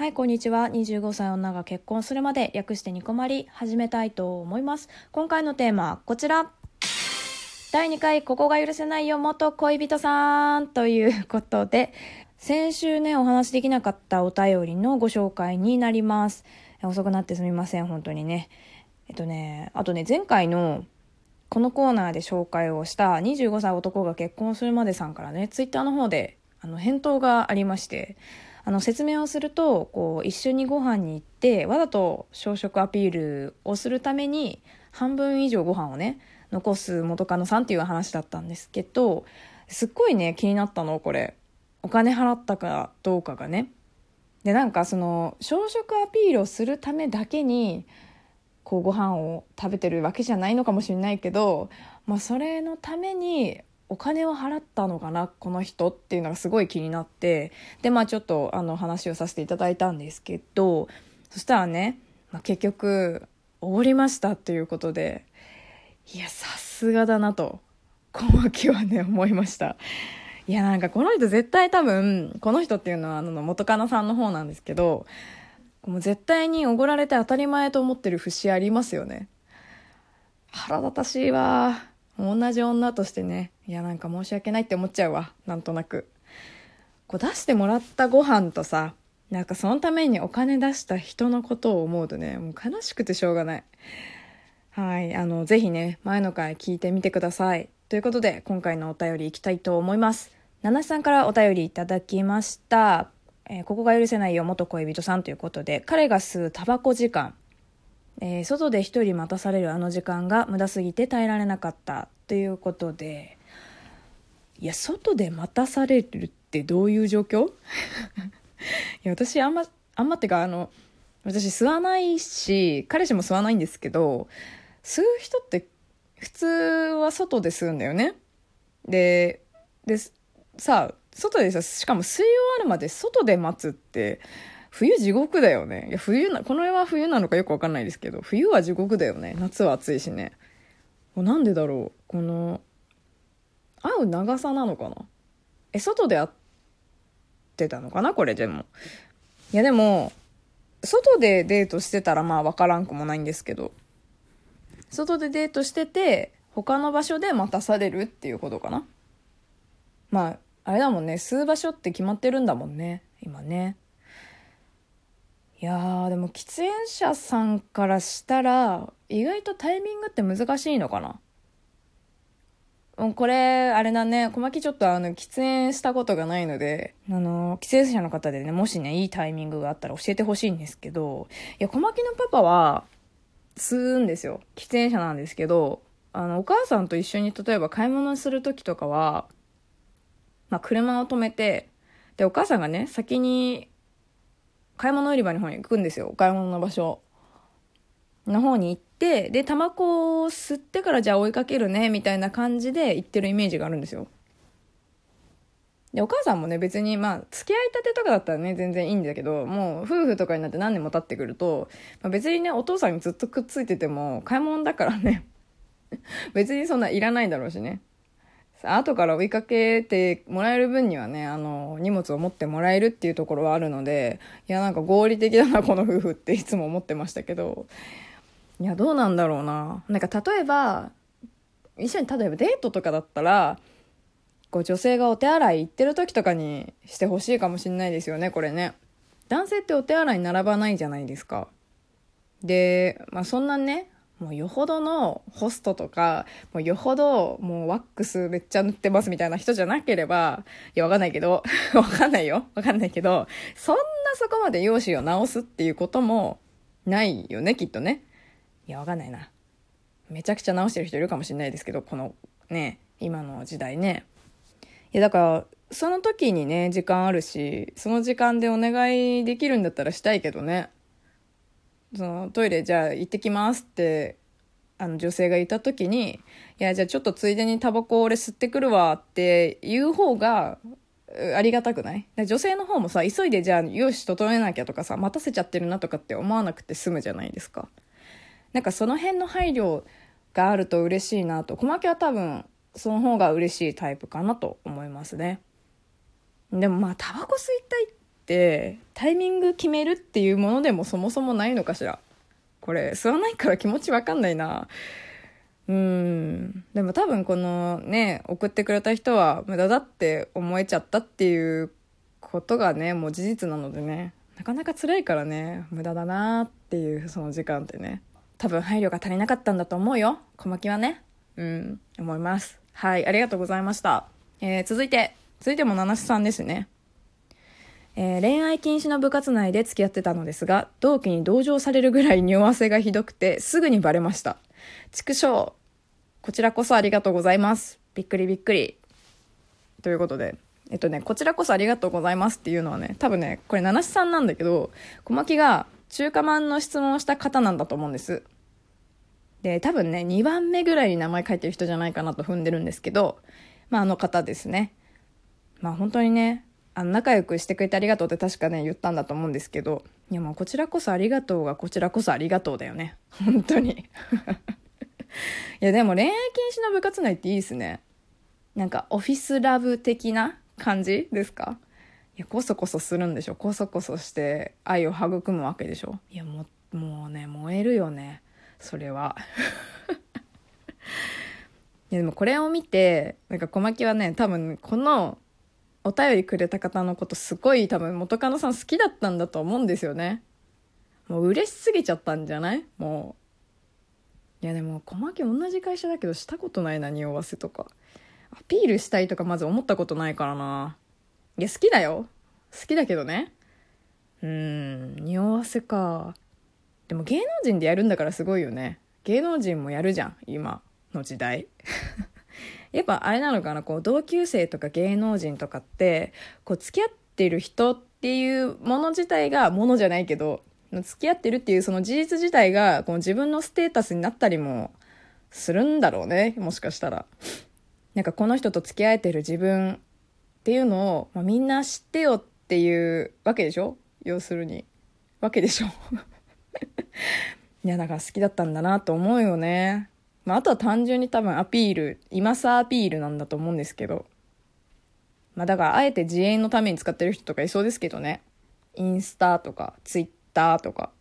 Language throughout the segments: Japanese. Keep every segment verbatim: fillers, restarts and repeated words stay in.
はい、こんにちは。にじゅうごさい女が結婚するまで略してニコマリ始めたいと思います。今回のテーマはこちら。だいにかいここが許せないよ元恋人さんということで、先週ねお話できなかったお便りのご紹介になります。遅くなってすみません、本当にね。えっとね、あとね前回のこのコーナーで紹介をしたにじゅうごさい男が結婚するまでさんからね、ツイッターの方であの返答がありまして、あの説明をすると、こう一緒にご飯に行ってわざと小食アピールをするために半分以上ご飯をね残す元カノさんっていう話だったんですけど、すっごいね気になったのこれ。お金払ったかどうかがね。でなんかその小食アピールをするためだけにこうご飯を食べてるわけじゃないのかもしれないけど、まあ、それのためにお金を払ったのかなこの人っていうのがすごい気になって、でまあちょっとあの話をさせていただいたんですけど、そしたらね、まあ、結局おごりましたっていうことで、いやさすがだなとこの時はね思いました。いやなんかこの人絶対多分この人っていうのはあの元カノさんの方なんですけど、もう絶対におごられて当たり前と思ってる節ありますよね。腹立たしいわ。同じ女としてね、いやなんか申し訳ないって思っちゃうわ。なんとなくこう出してもらったご飯とさ、なんかそのためにお金出した人のことを思うとね、もう悲しくてしょうがない。はい、あのぜひね前の回聞いてみてください。ということで今回のお便りいきたいと思います。七七さんからお便りいただきました。えー、ここが許せないよ元恋人さんということで、彼が吸うタバコ時間、えー、外で一人待たされるあの時間が無駄すぎて耐えられなかったということで、いや外で待たされるってどういう状況いや私あんまあんまってかあの私吸わないし彼氏も吸わないんですけど、吸う人って普通は外で吸うんだよね。ででさあ外でさ、しかも吸い終わるまで外で待つって冬地獄だよね。いや冬なこの絵は冬なのかよくわかんないですけど、冬は地獄だよね。夏は暑いしね。なんでだろう、この合う長さなのかな。え外で会ってたのかなこれ。でもいやでも外でデートしてたらまあわからんくもないんですけど、外でデートしてて他の場所で待たされるっていうことかな。まああれだもんね、吸う場所って決まってるんだもんね今ね。いやーでも喫煙者さんからしたら意外とタイミングって難しいのかな。うん、これあれだね、小牧ちょっとあの喫煙したことがないので、あの喫煙者の方でねもしねいいタイミングがあったら教えてほしいんですけど、いや小牧のパパは吸うんですよ。喫煙者なんですけど、あのお母さんと一緒に例えば買い物する時とかは、まあ、車を止めて、でお母さんがね先に買い物売り場の方に行くんですよ。お買い物の場所の方に行って、でタバコを吸ってからじゃあ追いかけるねみたいな感じで行ってるイメージがあるんですよ。でお母さんもね別にまあ付き合いたてとかだったらね全然いいんだけど、もう夫婦とかになって何年も経ってくると、まあ、別にねお父さんにずっとくっついてても買い物だからね別にそんないらないだろうしね。後から追いかけてもらえる分にはね、あの荷物を持ってもらえるっていうところはあるので、いやなんか合理的だなこの夫婦っていつも思ってましたけど、いやどうなんだろうな。なんか例えば一緒に例えばデートとかだったら、こう女性がお手洗い行ってる時とかにしてほしいかもしれないですよねこれね。男性ってお手洗いに並ばないじゃないですか。で、まあ、そんなねもうよほどのホストとか、もうよほどもうワックスめっちゃ塗ってますみたいな人じゃなければ、いやわかんないけどわかんないよわかんないけど、そんなそこまで容姿を直すっていうこともないよねきっとね。いやわかんないな、めちゃくちゃ直してる人いるかもしれないですけど、このね今の時代ね。いやだからその時にね時間あるし、その時間でお願いできるんだったらしたいけどね。そのトイレじゃあ行ってきますってあの女性がいた時に、いやじゃあちょっとついでにタバコ俺吸ってくるわっていう方がありがたくない？女性の方もさ急いでじゃあよし整えなきゃとかさ待たせちゃってるなとかって思わなくて済むじゃないですか。なんかその辺の配慮があると嬉しいなと。小牧は多分その方が嬉しいタイプかなと思いますね。でもまあタバコ吸いたいっってタイミング決めるっていうものでもそもそもないのかしら。これ吸わないから気持ちわかんないな。うーんでも多分このね送ってくれた人は無駄だって思えちゃったっていうことがねもう事実なのでね、なかなか辛いからね、無駄だなっていうその時間ってね、多分配慮が足りなかったんだと思うよ、小牧はね。うん思います。はい、ありがとうございました。えー、続いて続いても七瀬さんですね。えー、恋愛禁止の部活内で付き合ってたのですが、同期に同情されるぐらい匂わせがひどくてすぐにバレました。畜生、こちらこそありがとうございます。びっくりびっくり。ということで、えっとね、こちらこそありがとうございますっていうのはね、多分ね、これ七瀬さんなんだけど、小牧が中華まんの質問をした方なんだと思うんです。で、多分ね、にばんめぐらいに名前書いてる人じゃないかなと踏んでるんですけど、まああの方ですね。まあ本当にね、あの仲良くしてくれてありがとうって確かね言ったんだと思うんですけど、いやもうこちらこそありがとうがこちらこそありがとうだよね、本当に。いやでも恋愛禁止の部活内っていいですね。なんかオフィスラブ的な感じですか。いやこそこそするんでしょ、こそこそして愛を育むわけでしょ。いやもうもうね燃えるよねそれは。いやでもこれを見てなんか小牧はね多分このお便りくれた方のことすごい多分元カノさん好きだったんだと思うんですよね。もう嬉しすぎちゃったんじゃない。もういやでも小牧同じ会社だけどしたことないな、匂わせとかアピールしたいとかまず思ったことないからな。いや好きだよ、好きだけどね。うーん匂わせか。でも芸能人でやるんだからすごいよね。芸能人もやるじゃん今の時代。やっぱあれなのかな、こう同級生とか芸能人とかってこう付き合ってる人っていうもの自体がものじゃないけど、付き合ってるっていうその事実自体がこう自分のステータスになったりもするんだろうね、もしかしたら。なんかこの人と付き合えてる自分っていうのを、まあ、みんな知ってよっていうわけでしょ、要するにわけでしょ。いやだから好きだったんだなと思うよね。まあ、あとは単純に多分アピール、今さアピールなんだと思うんですけど、まあだからあえて自演のために使ってる人とかいそうですけどね。インスタとかツイッターとか。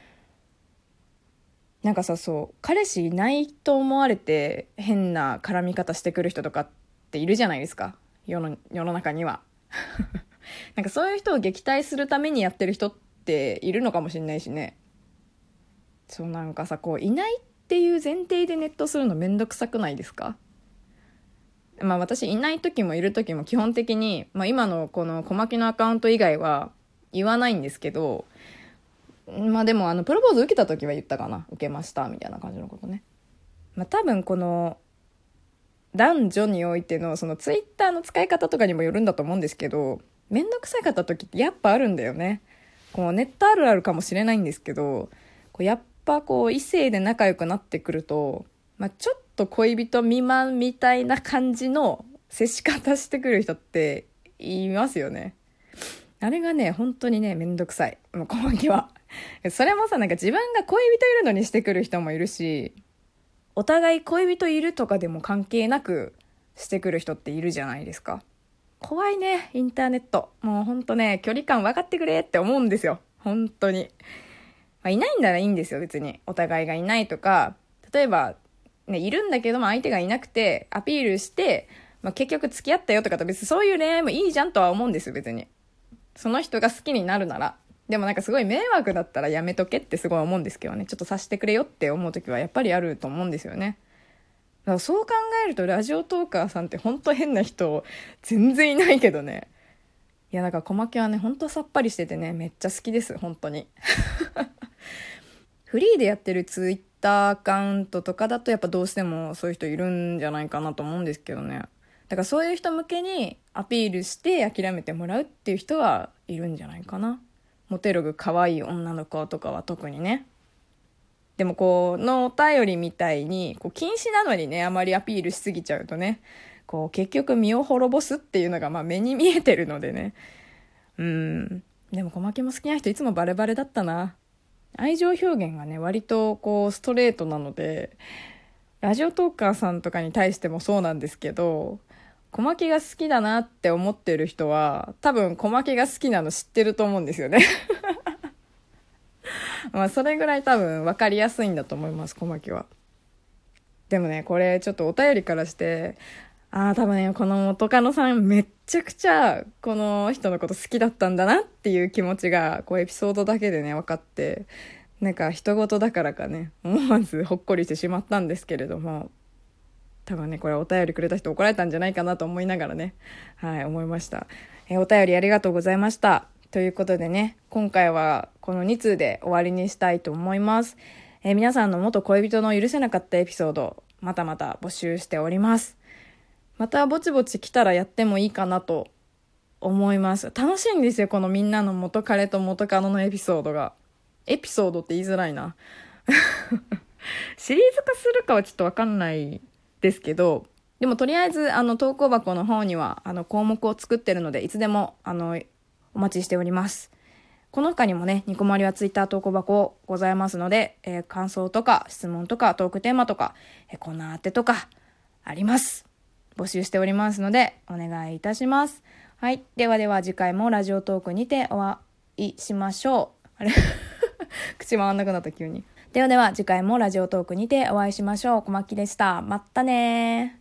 なんかさ、そう彼氏いないと思われて変な絡み方してくる人とかっているじゃないですか、世の世の中には。なんかそういう人を撃退するためにやってる人っているのかもしれないしね。そうなんかさ、こういないっていう前提でネットするのめんどくさくないですか。まあ私いない時もいる時も基本的に、まあ、今のこの小牧のアカウント以外は言わないんですけど、まあでもあのプロポーズ受けた時は言ったかな、受けましたみたいな感じのことね。まあ多分この男女においてのそのツイッターの使い方とかにもよるんだと思うんですけど、めんどくさかった時ってやっぱあるんだよね。こうネットあるあるかもしれないんですけど、こうやっぱこう異性で仲良くなってくると、まあ、ちょっと恋人未満みたいな感じの接し方してくる人っていますよね。あれがね本当にねめんどくさい、もう小牧は。それもさ、なんか自分が恋人いるのにしてくる人もいるし、お互い恋人いるとかでも関係なくしてくる人っているじゃないですか。怖いねインターネット。もうほんとね距離感分かってくれって思うんですよ本当に。まあ、いないんならいいんですよ別に。お互いがいないとか、例えば、ね、いるんだけども相手がいなくてアピールして、まあ、結局付き合ったよとかと別にそういう恋愛もいいじゃんとは思うんですよ別に。その人が好きになるなら。でもなんかすごい迷惑だったらやめとけってすごい思うんですけどね。ちょっとさしてくれよって思う時はやっぱりあると思うんですよね。だからそう考えるとラジオトーカーさんって本当変な人全然いないけどね。いやだから小牧はね本当さっぱりしててねめっちゃ好きです本当に。フリーでやってるツイッターアカウントとかだとやっぱどうしてもそういう人いるんじゃないかなと思うんですけどね。だからそういう人向けにアピールして諦めてもらうっていう人はいるんじゃないかな。モテログ可愛い女の子とかは特にね。でもこのお便りみたいにこう禁止なのにねあまりアピールしすぎちゃうとね、こう結局身を滅ぼすっていうのがまあ目に見えてるのでね。うーんでも小牧も好きな人いつもバレバレだったな。愛情表現がね割とこうストレートなので、ラジオトーカーさんとかに対してもそうなんですけど、 小牧が好きだなって思ってる人は多分小牧が好きなの知ってると思うんですよねまあそれぐらい多分分かりやすいんだと思います、小牧は。でもね、これちょっとお便りからして、ああ多分ね、この元カノさんめっちゃくちゃこの人のこと好きだったんだなっていう気持ちがこうエピソードだけでね分かって、なんか人事だからかね、思わずほっこりしてしまったんですけれども、多分ねこれお便りくれた人怒られたんじゃないかなと思いながらね、はい思いました。えお便りありがとうございました。ということでね、今回はこのに通で終わりにしたいと思います。え皆さんの元恋人の許せなかったエピソードまたまた募集しております。またぼちぼち来たらやってもいいかなと思います。楽しいんですよ、このみんなの元彼と元カノのエピソードが。エピソードって言いづらいなシリーズ化するかはちょっとわかんないですけど、でもとりあえずあの投稿箱の方にはあの項目を作ってるので、いつでもあのお待ちしております。この他にもね、ニコマリはツイッター投稿箱ございますので、えー、感想とか質問とかトークテーマとか、えー、こんなあてとかあります。募集しておりますのでお願いいたします。はい、ではでは次回もラジオトークにてお会いしましょう。あれ口回んなくなった急に。ではでは次回もラジオトークにてお会いしましょう。小牧でした。まったねー。